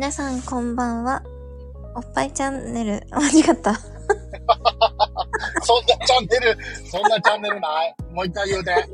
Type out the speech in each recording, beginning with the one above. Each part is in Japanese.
皆さんこんばんは。おっぱいチャンネル、間違った。 そんなチャンネルない。もう一回言うて。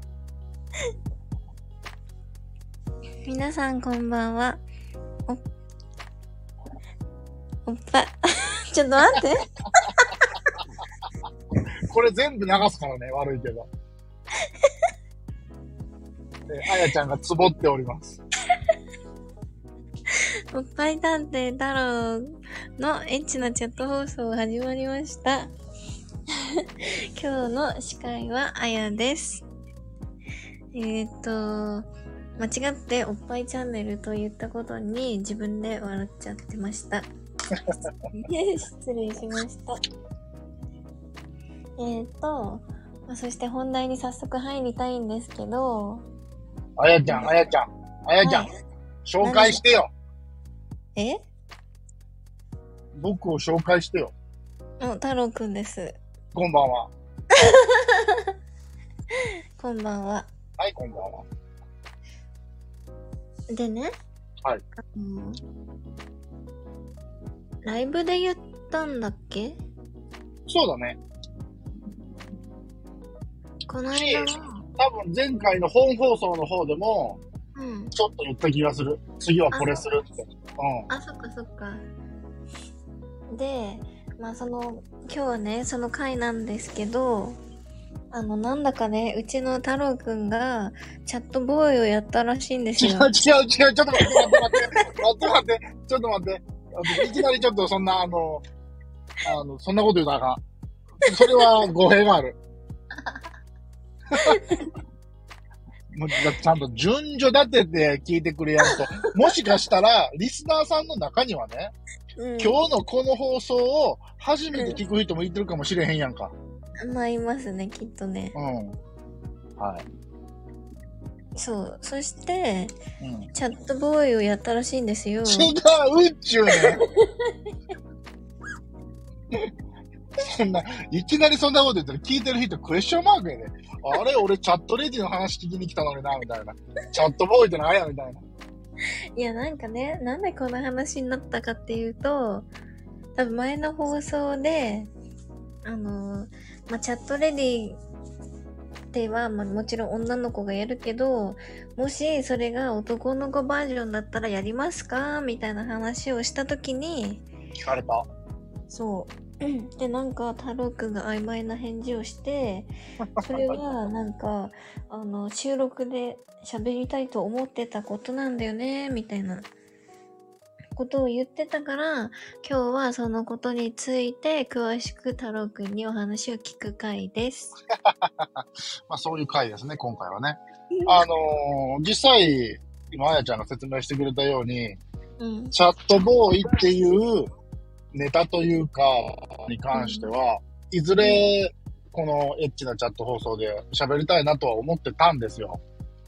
皆さんこんばんは。おっぱい、ちょっと待って。 これ全部流すからね、悪いけど。あやちゃんがつぼっております。 おっぱい探偵太郎のエッチなチャット放送始まりました。今日の司会はあやです。間違っておっぱいチャンネルと言ったことに自分で笑っちゃってました。失礼しました。そして本題に早速入りたいんですけど。 あやちゃん、はい、紹介してよ。僕を紹介してよ。 太郎くんです。 こんばんは。 こんばんは。 はい、こんばんは。 でね。 はい。 ライブで言ったんだっけ？ そうだね。 この間は多分前回の本放送の方でも、ちょっと言った気がする。次はこれするって。 そっかそっか。で、今日はね、その回なんですけど、なんだかね、うちの太郎くんがチャットボーイをやったらしいんですよ。 違う、ちょっと待って、ちょっと待って。いきなりちょっとそんな、そんなこと言うたらあかん。それは語弊がある。もうちゃんと順序立てて聞いてくれやると、もしかしたら、リスナーさんの中にはね、今日のこの放送を初めて聞く人もいてるかもしれへんやんか。 まあ、いますね、きっとね。 はい。 そう。そして、チャットボーイをやったらしいんですよ。 違うっちゅうねそんな、いきなりそんなこと言ったら聞いてる人クエスチョンマークやで。あれ俺チャットレディの話聞きに来たのにな、みたいな。チャットボーイってなんや、みたいな。 いや、なんかね、なんでこの話になったかっていうと、多分前の放送で、チャットレディでは、もちろん女の子がやるけど、もしそれが男の子バージョンだったらやりますかみたいな話をしたときに、 聞かれた。 そう。で、なんか、太郎くんが曖昧な返事をして、それは、なんか、収録で喋りたいと思ってたことなんだよね、みたいなことを言ってたから、今日はそのことについて詳しく太郎くんにお話を聞く回です。 まあそういう回ですね、今回はね。実際、今、あやちゃんが説明してくれたように、チャットボーイっていうネタというか、に関しては、いずれ、このエッチなチャット放送で喋りたいなとは思ってたんですよ。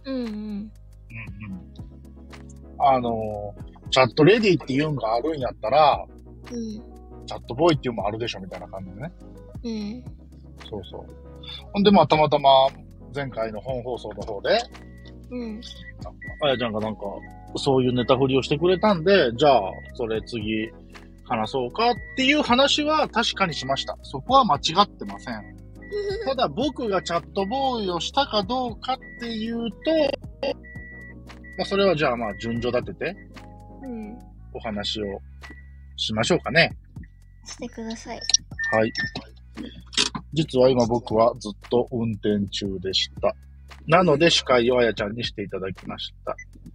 チャットレディっていうんがあるんやったら、チャットボーイっていうのもあるでしょみたいな感じでね。そうそう。ほんで、たまたま前回の本放送の方で、あやちゃんがなんか、そういうネタ振りをしてくれたんで、じゃあ、それ次、話そうかっていう話は確かにしました。そこは間違ってません。ただ僕がチャットボーイをしたかどうかっていうと、それはじゃあ順序立てて、お話をしましょうかね。 してください。 はい。実は今僕はずっと運転中でした。なので司会をあやちゃんにしていただきました。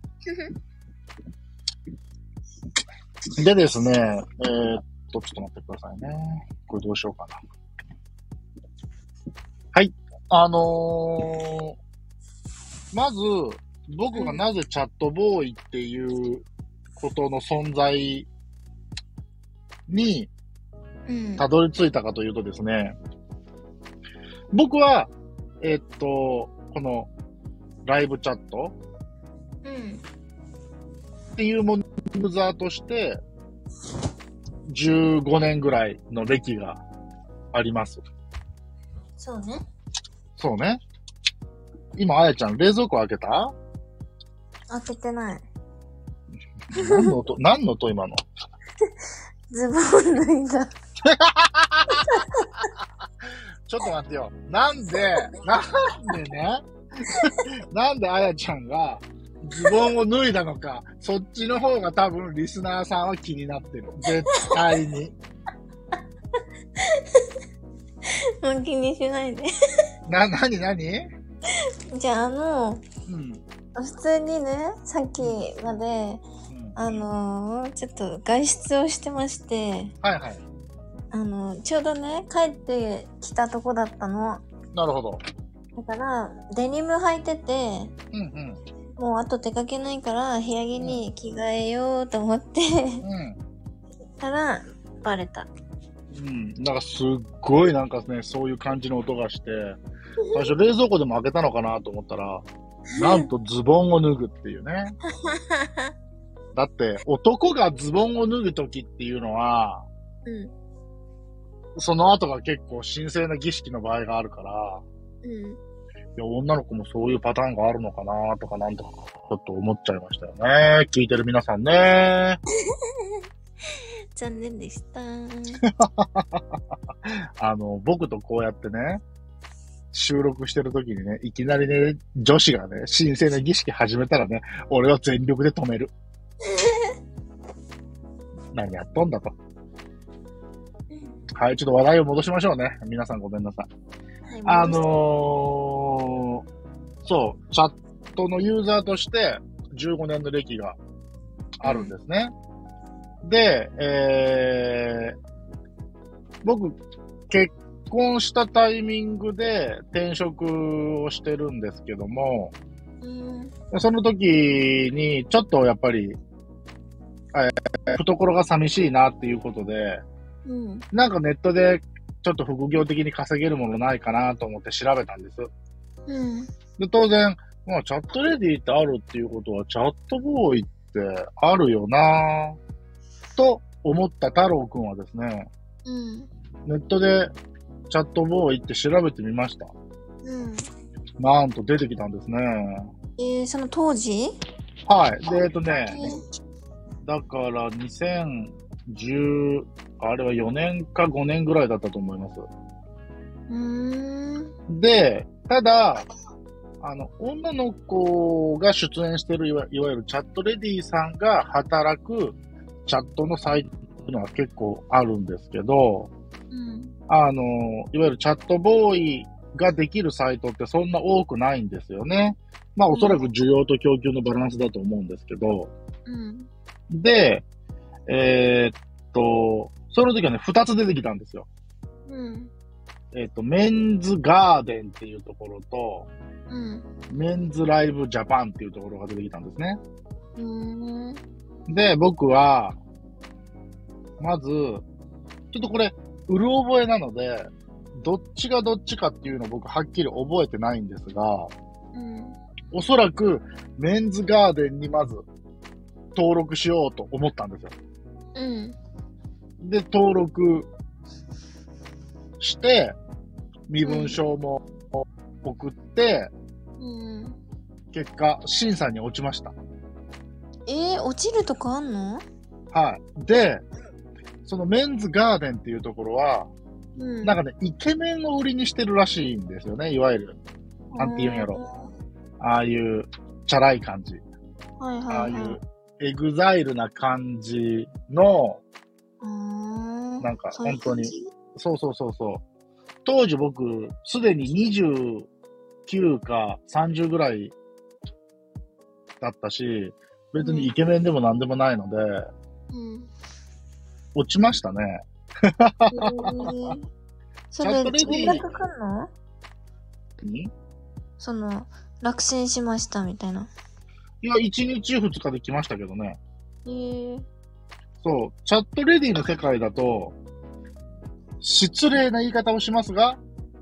でですね、ちょっと待ってくださいね。これどうしようかな。はい。まず、僕がなぜチャットボーイっていうことの存在にたどり着いたかというとですね、僕は、このライブチャットっていうものユーザーとして15年ぐらいの歴があります。 そうね。 そうね。今、あやちゃん、冷蔵庫開けた？ 開けてない。 何の音今の？ ズボン脱いだ。 ちょっと待ってよ。なんでね、なんであやちゃんがズボンを脱いだのか、そっちの方が多分リスナーさんは気になってる。絶対に。 もう気にしないで。 なにじゃあうん。 普通にね、さっきまで、ちょっと外出をしてまして、 はいはい。 ちょうどね、帰ってきたとこだったの。 なるほど。 だから、デニム履いてて、 うんもうあと出かけないから部屋着に着替えようと思って、たら、バレた。 なんかすっごいなんかね、そういう感じの音がして、最初冷蔵庫でも開けたのかなと思ったら、なんとズボンを脱ぐっていうね。だって、男がズボンを脱ぐときっていうのは、その後が結構神聖な儀式の場合があるから、いや、女の子もそういうパターンがあるのかなとかなんとか、ちょっと思っちゃいましたよね。聞いてる皆さんね。 残念でした。 僕とこうやってね、収録してる時にね、いきなりね、女子がね、神聖な儀式始めたらね、俺は全力で止める。何やっとんだと。はい、ちょっと話題を戻しましょうね。皆さんごめんなさい。はい、そう、チャットのユーザーとして15年の歴があるんですね。で、僕、結婚したタイミングで転職をしてるんですけども、その時にちょっとやっぱり、懐が寂しいなっていうことで、なんかネットでちょっと副業的に稼げるものないかなと思って調べたんです。で、当然、まあチャットレディってあるっていうことはチャットボーイってあるよなと思った太郎くんはですね、ネットでチャットボーイって調べてみました。なんと出てきたんですね。 その当時？ はい。で、だから2010、あれは4年か5年ぐらいだったと思います。で、ただ、女の子が出演してるいわゆるチャットレディさんが働くチャットのサイトっていうのは結構あるんですけど、いわゆるチャットボーイができるサイトってそんな多くないんですよね。まあおそらく需要と供給のバランスだと思うんですけど。で、その時はね、2つ出てきたんですよ。メンズガーデンっていうところと、メンズライブジャパンっていうところが出てきたんですね。で、僕は、まず、ちょっとこれ、うる覚えなので、どっちがどっちかっていうのを僕はっきり覚えてないんですが、おそらくメンズガーデンにまず登録しようと思ったんですよ。で、登録して、身分証も送って、結果、審査に落ちました。 落ちるとかあんの？ はい。で、そのメンズガーデンっていうところは、なんかね、イケメンを売りにしてるらしいんですよね。いわゆる、なんて言うんやろ。ああいうチャラい感じ。ああいうエグザイルな感じの、なんか本当に、そう。当時僕、すでに29か30ぐらいだったし、別にイケメンでもなんでもないので、落ちましたね。 それで連絡来んの？落選しましたみたいな。 いや、1日2日で来ましたけどね。そう、チャットレディの世界だと、失礼な言い方をしますが、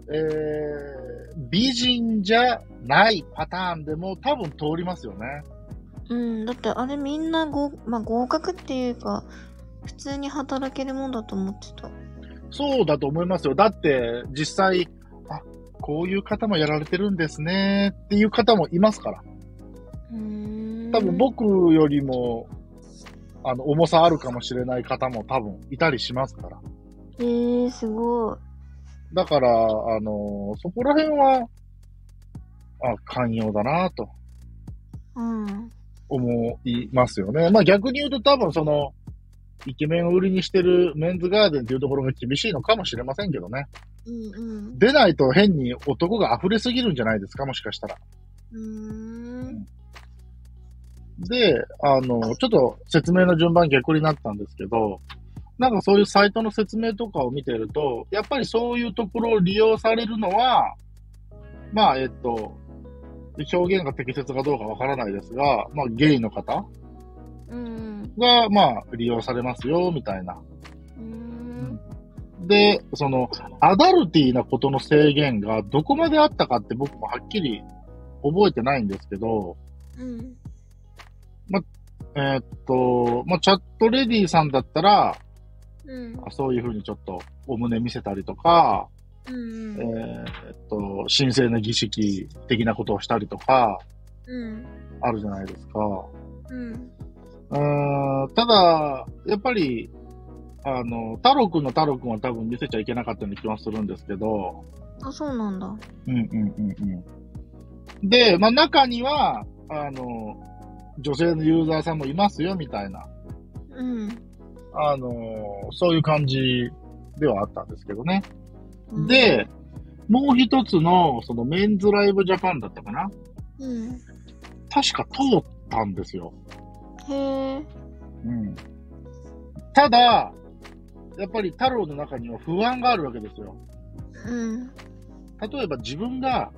美人じゃないパターンでも多分通りますよね。 だってあれみんな合格っていうか、普通に働けるもんだと思ってた。 そうだと思いますよ。だって実際、こういう方もやられてるんですねっていう方もいますから。多分僕よりも重さあるかもしれない方も多分いたりしますから。 すごい。 だから、そこら辺は、寛容だなぁと。思いますよね。まあ逆に言うと多分イケメンを売りにしてるメンズガーデンっていうところが厳しいのかもしれませんけどね。出ないと変に男が溢れすぎるんじゃないですか、もしかしたら。で、ちょっと説明の順番逆になったんですけど、なんかそういうサイトの説明とかを見てると、やっぱりそういうところを利用されるのは、まあ、表現が適切かどうかわからないですが、まあ、ゲイの方が、まあ、利用されますよ、みたいな。で、アダルティーなことの制限がどこまであったかって僕もはっきり覚えてないんですけど、まあ、チャットレディさんだったら、そういうふうにちょっとお胸見せたりとか、神聖な儀式的なことをしたりとか、あるじゃないですか。ただ、やっぱり、太郎くんは多分見せちゃいけなかったような気はするんですけど。 そうなんだ。 で、まあ中には、女性のユーザーさんもいますよ、みたいな。そういう感じではあったんですけどね。で、もう一つの、メンズライブジャパンだったかな？確か通ったんですよ。ただ、やっぱり太郎の中には不安があるわけですよ。例えば自分が、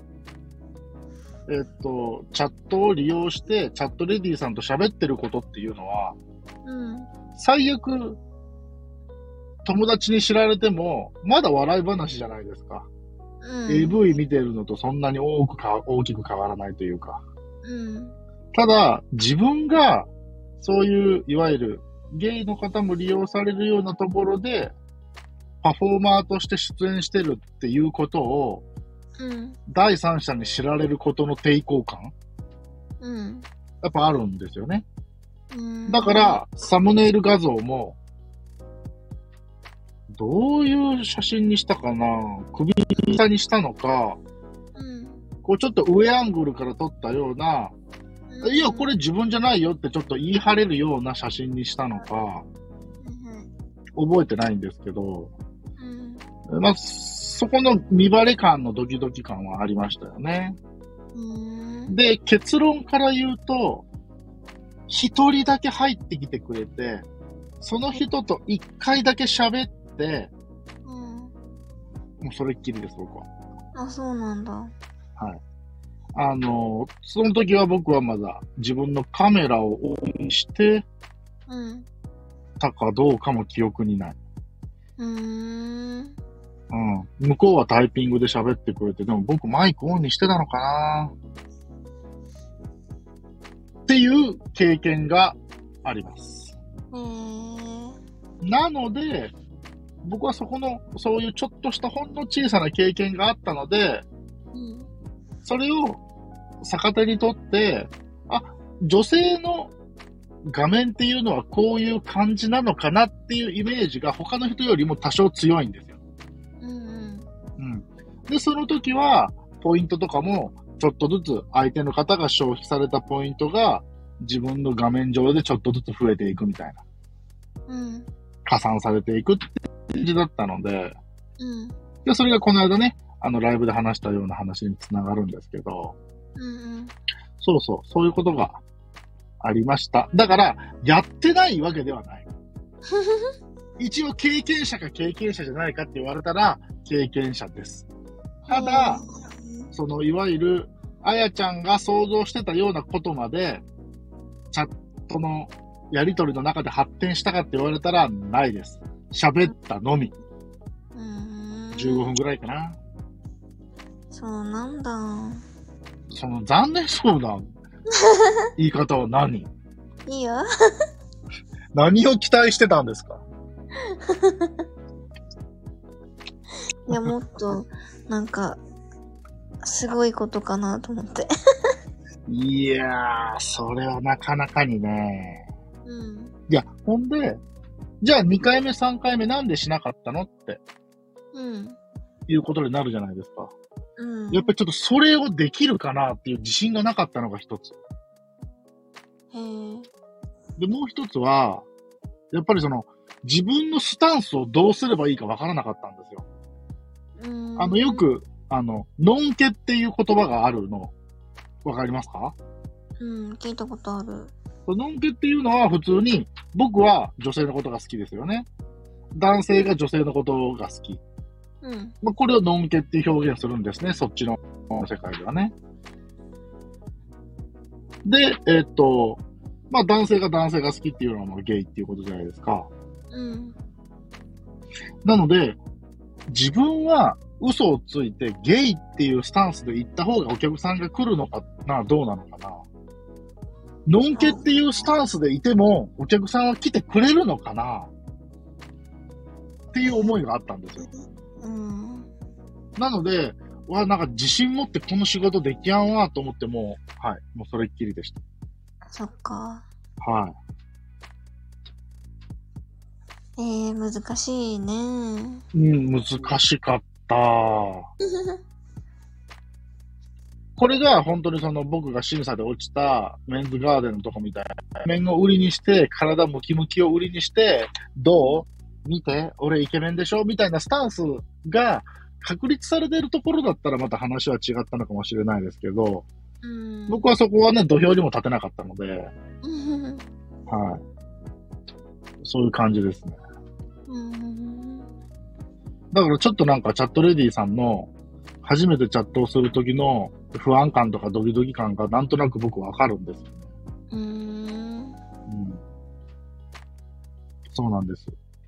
チャットを利用して、チャットレディさんと喋ってることっていうのは、最悪、友達に知られても、まだ笑い話じゃないですか。AV 見てるのとそんなに大きく変わらないというか。ただ、自分が、そういう、いわゆる、ゲイの方も利用されるようなところで、パフォーマーとして出演してるっていうことを、第三者に知られることの抵抗感、やっぱあるんですよね。だから、サムネイル画像も、どういう写真にしたかな？首下にしたのか、こうちょっと上アングルから撮ったような、いや、これ自分じゃないよってちょっと言い張れるような写真にしたのか、覚えてないんですけど、まあ、そこの見バレ感のドキドキ感はありましたよね。で、結論から言うと、一人だけ入ってきてくれて、その人と一回だけ喋って、もうそれっきりです、僕は。 そうなんだ。 はい。その時は僕はまだ自分のカメラをオンしてたかどうかも記憶にない。向こうはタイピングで喋ってくれて、でも僕マイクオンにしてたのかなっていう経験があります。なので、僕はそういうちょっとしたほんの小さな経験があったので、それを逆手にとって、女性の画面っていうのはこういう感じなのかなっていうイメージが他の人よりも多少強いんですよ。で、その時は、ポイントとかも、ちょっとずつ相手の方が消費されたポイントが、自分の画面上でちょっとずつ増えていくみたいな。加算されていくって感じだったので、で、それがこの間ね、ライブで話したような話につながるんですけど、そういうことがありました。だから、やってないわけではない。一応経験者か経験者じゃないかって言われたら、経験者です。ただ、いわゆる、あやちゃんが想像してたようなことまで、チャットのやりとりの中で発展したかって言われたら、ないです。喋ったのみ。15分ぐらいかな。 そうなんだ。 残念そうな言い方は何？ いいよ。 何を期待してたんですか？ いや、もっと、なんか、すごいことかなと思って。 いやー、それはなかなかにね。 いや、ほんで、じゃあ2回目、3回目なんでしなかったのって、いうことになるじゃないですか。やっぱりちょっとそれをできるかなっていう自信がなかったのが一つ。で、もう一つは、やっぱり自分のスタンスをどうすればいいかわからなかったんですよ。よく、のんけっていう言葉があるの、わかりますか？ 聞いたことある。 のんけっていうのは普通に、僕は女性のことが好きですよね。男性が女性のことが好き。これをのんけって表現するんですね、そっちの世界ではね。で、男性が男性が好きっていうのはもうゲイっていうことじゃないですか。なので、自分は嘘をついてゲイっていうスタンスで行った方がお客さんが来るのかな、どうなのかな。のんけっていうスタンスでいてもお客さんは来てくれるのかなっていう思いがあったんですよ。なので、なんか自信持ってこの仕事できやんわと思っても、はい、もうそれっきりでした。 そっか。 はい。 難しいね。 難しかった。これが本当に僕が審査で落ちたメンズガーデンのとこみたいな。面を売りにして、体ムキムキを売りにして、どう見て俺イケメンでしょみたいなスタンスが確立されているところだったらまた話は違ったのかもしれないですけど、僕はそこはね、土俵にも立てなかったので、はい。そういう感じですね。だからちょっとなんかチャットレディさんの初めてチャットをするときの不安感とかドキドキ感がなんとなく僕わかるんですよね。そうなんです。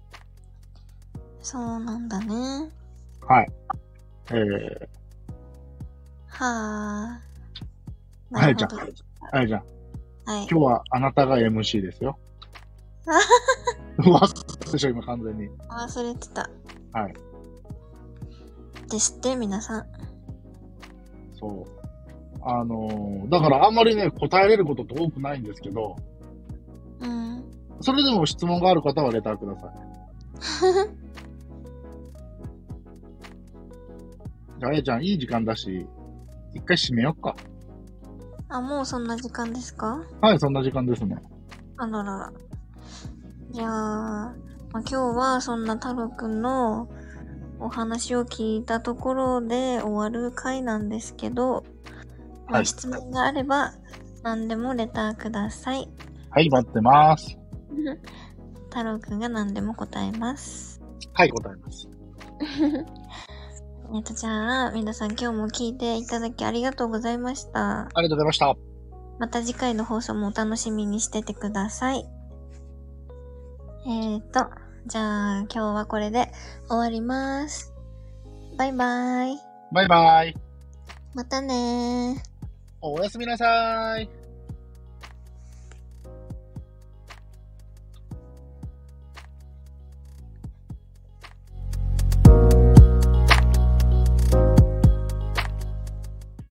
そうなんだね。 はい。 はぁ。あやちゃん。あやちゃん。 はい。 今日はあなたが MC ですよ。忘れたでしょ、今完全に。 忘れてた。 はい。 ですって、皆さん。 そう。だからあんまりね、答えれることって多くないんですけど、それでも質問がある方はレターください。じゃあ、あやちゃん、いい時間だし、一回締めよっか。 もうそんな時間ですか？ はい、そんな時間ですね。 あららら。じゃあ、今日はそんな太郎くんのお話を聞いたところで終わる回なんですけど、はい、質問があれば何でもレターください。 はい、待ってます。 太郎くんが何でも答えます。 はい、答えます。 じゃあ、皆さん今日も聞いていただきありがとうございました。 ありがとうございました。 また次回の放送もお楽しみにしててください。じゃあ今日はこれで終わります。バイバイ。 バイバイ。 またねー。 おやすみなさーい。